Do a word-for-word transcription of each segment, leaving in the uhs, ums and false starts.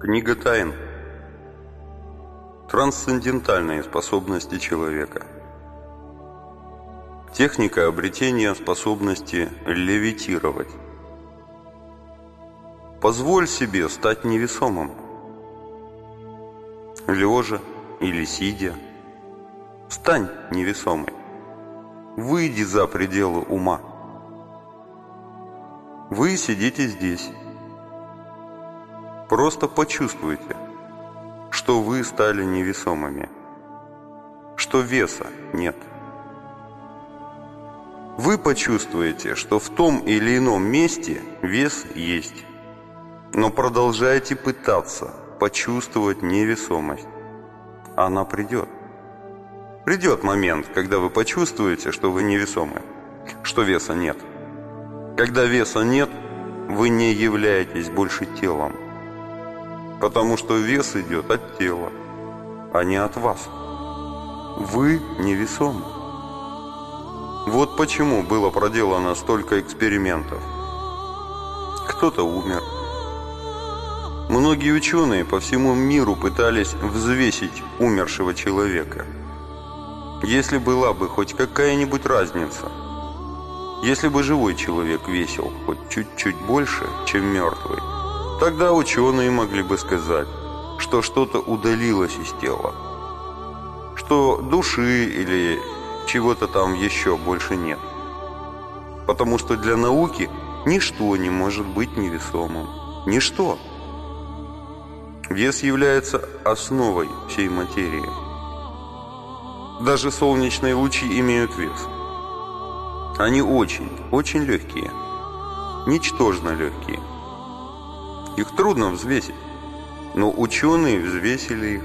Книга тайн. Трансцендентальные способности человека. Техника обретения способности левитировать. Позволь себе стать невесомым. Лежа или сидя, стань невесомой. Выйди за пределы ума. Вы сидите здесь. Просто почувствуйте, что вы стали невесомыми, что веса нет. Вы почувствуете, что в том или ином месте вес есть, но продолжайте пытаться почувствовать невесомость. Она придет. Придет момент, когда вы почувствуете, что вы невесомы, что веса нет. Когда веса нет, вы не являетесь больше телом, потому что вес идет от тела, а не от вас. Вы невесомы. Вот почему было проделано столько экспериментов. Кто-то умер. Многие ученые по всему миру пытались взвесить умершего человека. Если была бы хоть какая-нибудь разница, если бы живой человек весил хоть чуть-чуть больше, чем мертвый, тогда ученые могли бы сказать, что что-то удалилось из тела, что души или чего-то там еще больше нет. Потому что для науки ничто не может быть невесомым. Ничто. Вес является основой всей материи. Даже солнечные лучи имеют вес. Они очень, очень легкие. Ничтожно легкие. Их трудно взвесить, но ученые взвесили их.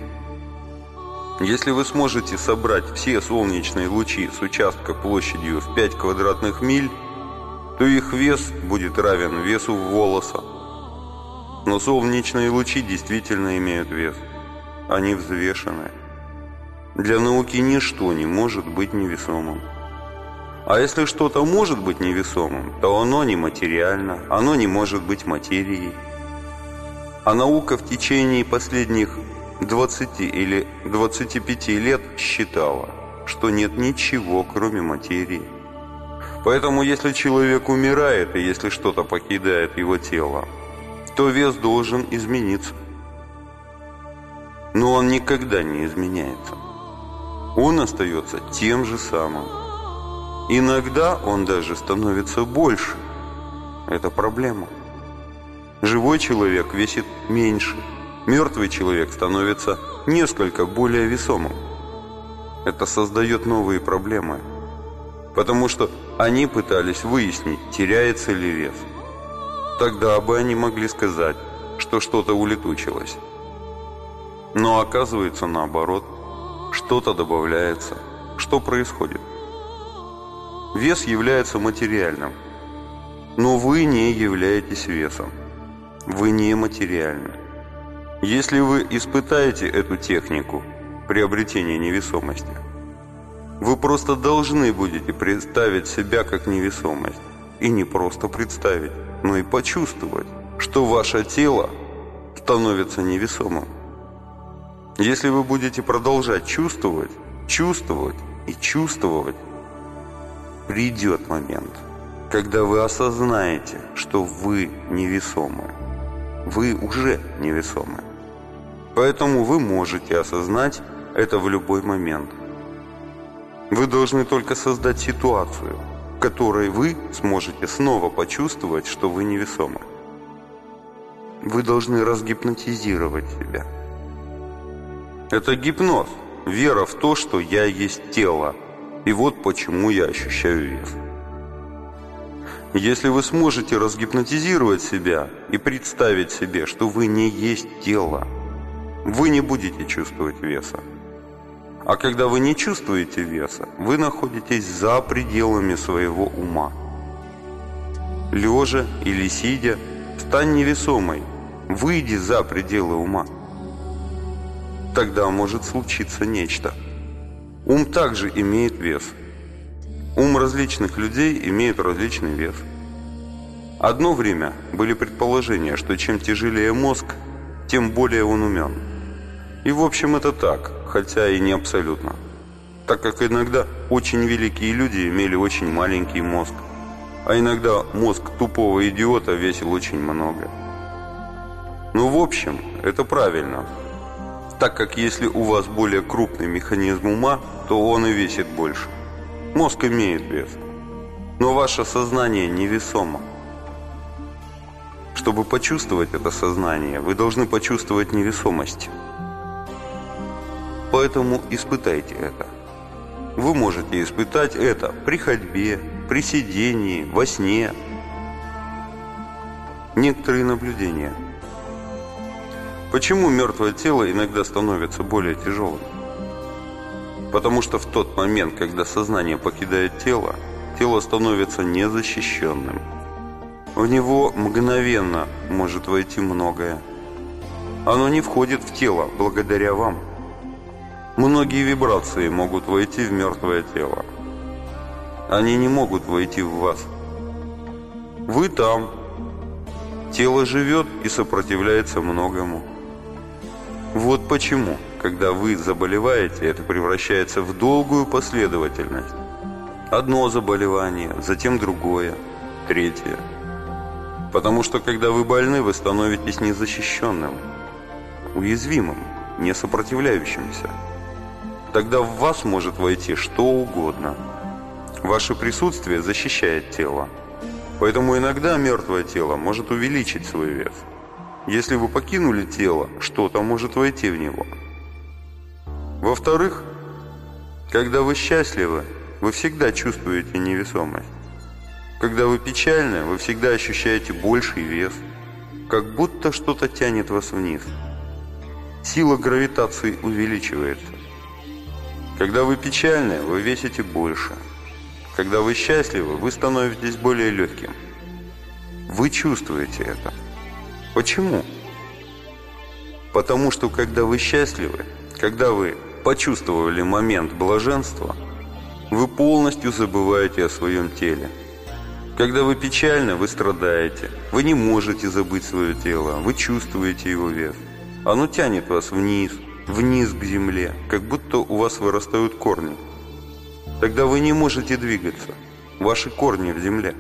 Если вы сможете собрать все солнечные лучи с участка площадью в пять квадратных миль, то их вес будет равен весу волоса. Но солнечные лучи действительно имеют вес. Они взвешены. Для науки ничто не может быть невесомым. А если что-то может быть невесомым, то оно нематериально, оно не может быть материей. А наука в течение последних двадцати или двадцати пяти лет считала, что нет ничего, кроме материи. Поэтому если человек умирает и если что-то покидает его тело, то вес должен измениться. Но он никогда не изменяется. Он остается тем же самым. Иногда он даже становится больше. Это проблема. Живой человек весит меньше. Мертвый человек становится несколько более весомым. Это создает новые проблемы. Потому что они пытались выяснить, теряется ли вес. Тогда бы они могли сказать, что что-то улетучилось. Но оказывается наоборот. Что-то добавляется. Что происходит? Вес является материальным. Но вы не являетесь весом. Вы не материальны. Если вы испытаете эту технику приобретения невесомости, вы просто должны будете представить себя как невесомость. И не просто представить, но и почувствовать, что ваше тело становится невесомым. Если вы будете продолжать чувствовать, чувствовать и чувствовать, придет момент, когда вы осознаете, что вы невесомы. Вы уже невесомы. Поэтому вы можете осознать это в любой момент. Вы должны только создать ситуацию, в которой вы сможете снова почувствовать, что вы невесомы. Вы должны разгипнотизировать себя. Это гипноз, вера в то, что я есть тело. И вот почему я ощущаю вес. Если вы сможете разгипнотизировать себя и представить себе, что вы не есть тело, вы не будете чувствовать веса. А когда вы не чувствуете веса, вы находитесь за пределами своего ума. Лежа или сидя, стань невесомой, выйди за пределы ума. Тогда может случиться нечто. Ум также имеет вес. Ум различных людей имеет различный вес. Одно время были предположения, что чем тяжелее мозг, тем более он умен. И в общем это так, хотя и не абсолютно. Так как иногда очень великие люди имели очень маленький мозг, а иногда мозг тупого идиота весил очень много. Ну, в общем, это правильно. Так как если у вас более крупный механизм ума, то он и весит больше. Мозг имеет вес. Но ваше сознание невесомо. Чтобы почувствовать это сознание, вы должны почувствовать невесомость. Поэтому испытайте это. Вы можете испытать это при ходьбе, при сидении, во сне. Некоторые наблюдения. Почему мертвое тело иногда становится более тяжелым? Потому что в тот момент, когда сознание покидает тело, тело становится незащищенным. В него мгновенно может войти многое. Оно не входит в тело благодаря вам. Многие вибрации могут войти в мертвое тело. Они не могут войти в вас. Вы там. Тело живет и сопротивляется многому. Вот почему, когда вы заболеваете, это превращается в долгую последовательность. Одно заболевание, затем другое, третье. Потому что, когда вы больны, вы становитесь незащищенным, уязвимым, не сопротивляющимся. Тогда в вас может войти что угодно. Ваше присутствие защищает тело. Поэтому иногда мертвое тело может увеличить свой вес. Если вы покинули тело, что-то может войти в него. Во-вторых, когда вы счастливы, вы всегда чувствуете невесомость. Когда вы печальны, вы всегда ощущаете больший вес, как будто что-то тянет вас вниз. Сила гравитации увеличивается. Когда вы печальны, вы весите больше. Когда вы счастливы, вы становитесь более легким. Вы чувствуете это. Почему? Потому что когда вы счастливы, когда вы почувствовали момент блаженства, вы полностью забываете о своем теле. Когда вы печальны, вы страдаете. Вы не можете забыть свое тело. Вы чувствуете его вес. Оно тянет вас вниз, вниз к земле, как будто у вас вырастают корни. Тогда вы не можете двигаться. Ваши корни в земле.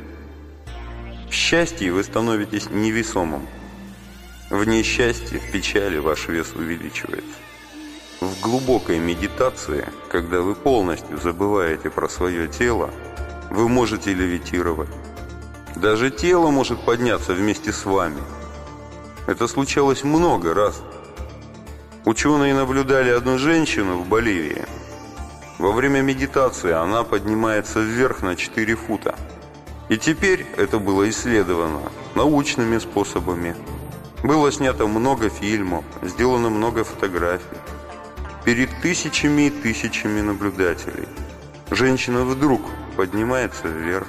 В счастье вы становитесь невесомым. В несчастье, в печали ваш вес увеличивается. В глубокой медитации, когда вы полностью забываете про свое тело, вы можете левитировать. Даже тело может подняться вместе с вами. Это случалось много раз. Ученые наблюдали одну женщину в Боливии. Во время медитации она поднимается вверх на четыре фута. И теперь это было исследовано научными способами. Было снято много фильмов, сделано много фотографий. Перед тысячами и тысячами наблюдателей. Женщина вдруг поднимается вверх.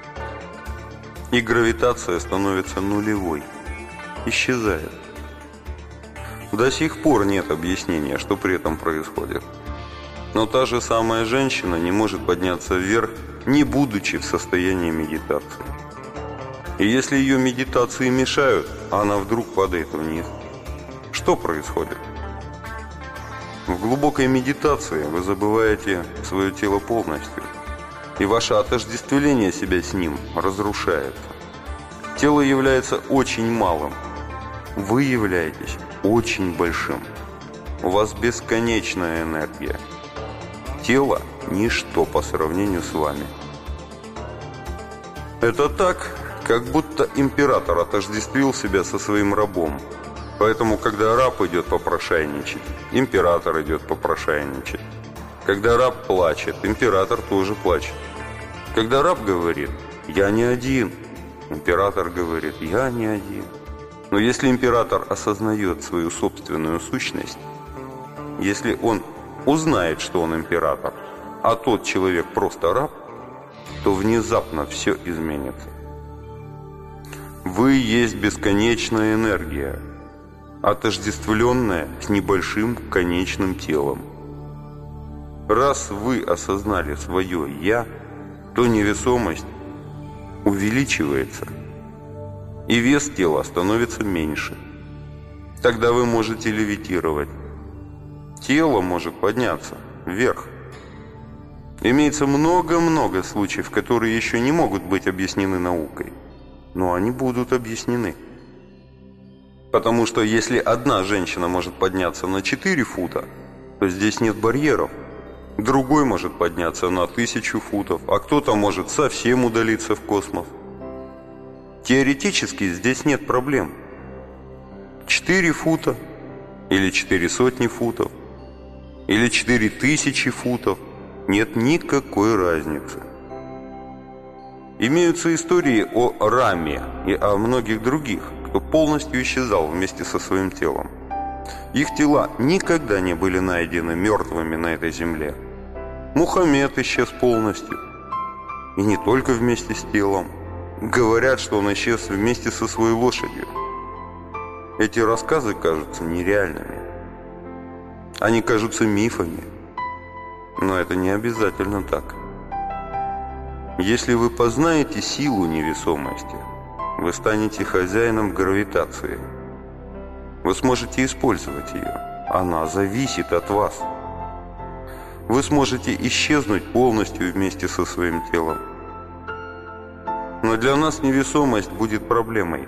И гравитация становится нулевой. Исчезает. До сих пор нет объяснения, что при этом происходит. Но та же самая женщина не может подняться вверх, не будучи в состоянии медитации. И если ее медитации мешают, она вдруг падает вниз. Что происходит? В глубокой медитации вы забываете свое тело полностью, и ваше отождествление себя с ним разрушается. Тело является очень малым. Вы являетесь очень большим. У вас бесконечная энергия. Тело – ничто по сравнению с вами. Это так, как будто император отождествил себя со своим рабом. Поэтому, когда раб идет попрошайничать, император идет попрошайничать. Когда раб плачет, император тоже плачет. Когда раб говорит «я не один», император говорит «я не один». Но если император осознает свою собственную сущность, если он узнает, что он император, а тот человек просто раб, то внезапно все изменится. Вы есть бесконечная энергия, отождествленная с небольшим конечным телом. Раз вы осознали свое «я», то невесомость увеличивается, и вес тела становится меньше. Тогда вы можете левитировать. Тело может подняться вверх. Имеется много-много случаев, которые еще не могут быть объяснены наукой. Но они будут объяснены. Потому что если одна женщина может подняться на четыре фута, то здесь нет барьеров. Другой может подняться на тысячу футов, а кто-то может совсем удалиться в космос. Теоретически здесь нет проблем. Четыре фута, или четыре сотни футов, или четыре тысячи футов, нет никакой разницы. Имеются истории о Раме и о многих других, кто полностью исчезал вместе со своим телом. Их тела никогда не были найдены мертвыми на этой земле. Мухаммед исчез полностью. И не только вместе с телом. Говорят, что он исчез вместе со своей лошадью. Эти рассказы кажутся нереальными. Они кажутся мифами. Но это не обязательно так. Если вы познаете силу невесомости, вы станете хозяином гравитации. Вы сможете использовать ее. Она зависит от вас. Вы сможете исчезнуть полностью вместе со своим телом. Но для нас невесомость будет проблемой.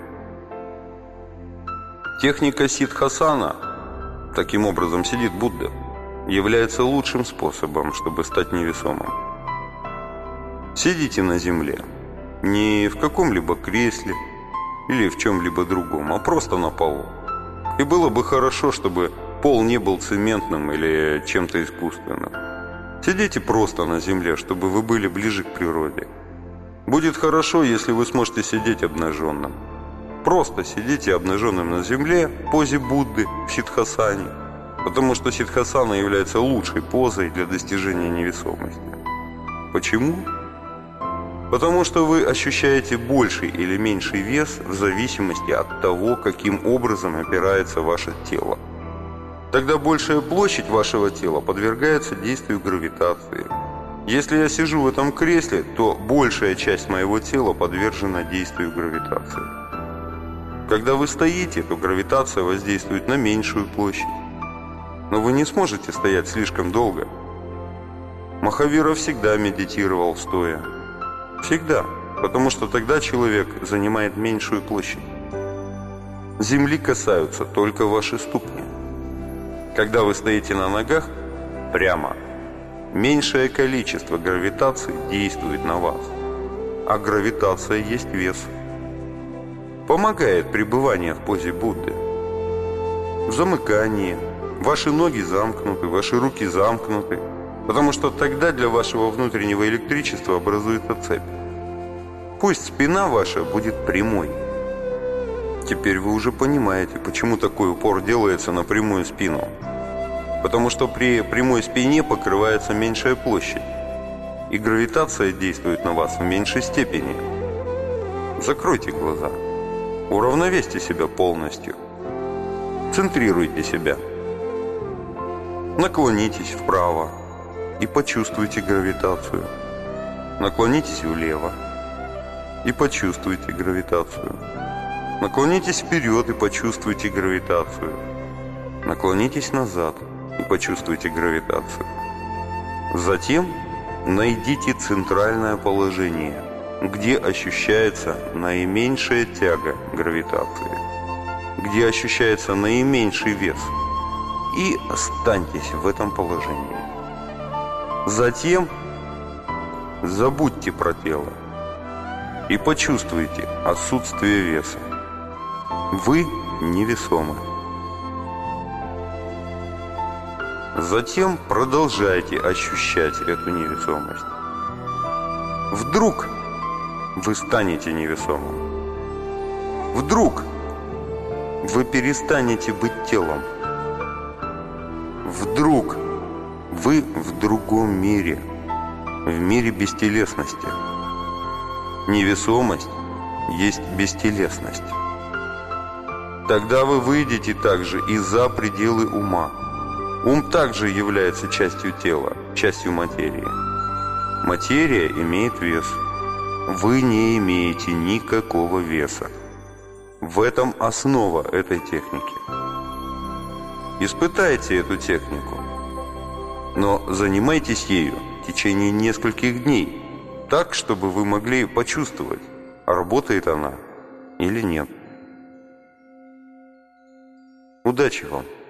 Техника Сиддхасана, таким образом сидит Будда, является лучшим способом, чтобы стать невесомым. Сидите на земле, не в каком-либо кресле или в чем-либо другом, а просто на полу. И было бы хорошо, чтобы пол не был цементным или чем-то искусственным. Сидите просто на земле, чтобы вы были ближе к природе. Будет хорошо, если вы сможете сидеть обнаженным. Просто сидите обнаженным на земле в позе Будды в Сиддхасане, потому что Сиддхасана является лучшей позой для достижения невесомости. Почему? Потому что вы ощущаете больший или меньший вес в зависимости от того, каким образом опирается ваше тело. Тогда большая площадь вашего тела подвергается действию гравитации. Если я сижу в этом кресле, то большая часть моего тела подвержена действию гравитации. Когда вы стоите, то гравитация воздействует на меньшую площадь. Но вы не сможете стоять слишком долго. Махавира всегда медитировал стоя. Всегда, потому что тогда человек занимает меньшую площадь. Земли касаются только ваши ступни. Когда вы стоите на ногах, прямо, меньшее количество гравитации действует на вас. А гравитация есть вес. Помогает пребывание в позе Будды. В замыкании. Ваши ноги замкнуты, ваши руки замкнуты, потому что тогда для вашего внутреннего электричества образуется цепь. Пусть спина ваша будет прямой. Теперь вы уже понимаете, почему такой упор делается на прямую спину. Потому что при прямой спине покрывается меньшая площадь, и гравитация действует на вас в меньшей степени. Закройте глаза. Уравновесьте себя полностью. Центрируйте себя. Наклонитесь вправо и почувствуйте гравитацию. Наклонитесь влево и почувствуйте гравитацию. Наклонитесь вперед и почувствуйте гравитацию. Наклонитесь назад и почувствуйте гравитацию. Затем найдите центральное положение, где ощущается наименьшая тяга гравитации, где ощущается наименьший вес, и останьтесь в этом положении. Затем забудьте про тело и почувствуйте отсутствие веса. Вы невесомы. Затем продолжайте ощущать эту невесомость. Вдруг вы станете невесомым. Вдруг вы перестанете быть телом. Вдруг вы в другом мире, в мире бестелесности. Невесомость есть бестелесность. Тогда вы выйдете также и за пределы ума. Ум также является частью тела, частью материи. Материя имеет вес. Вы не имеете никакого веса. В этом основа этой техники. Испытайте эту технику. Но занимайтесь ею в течение нескольких дней, так, чтобы вы могли почувствовать, работает она или нет. Удачи вам!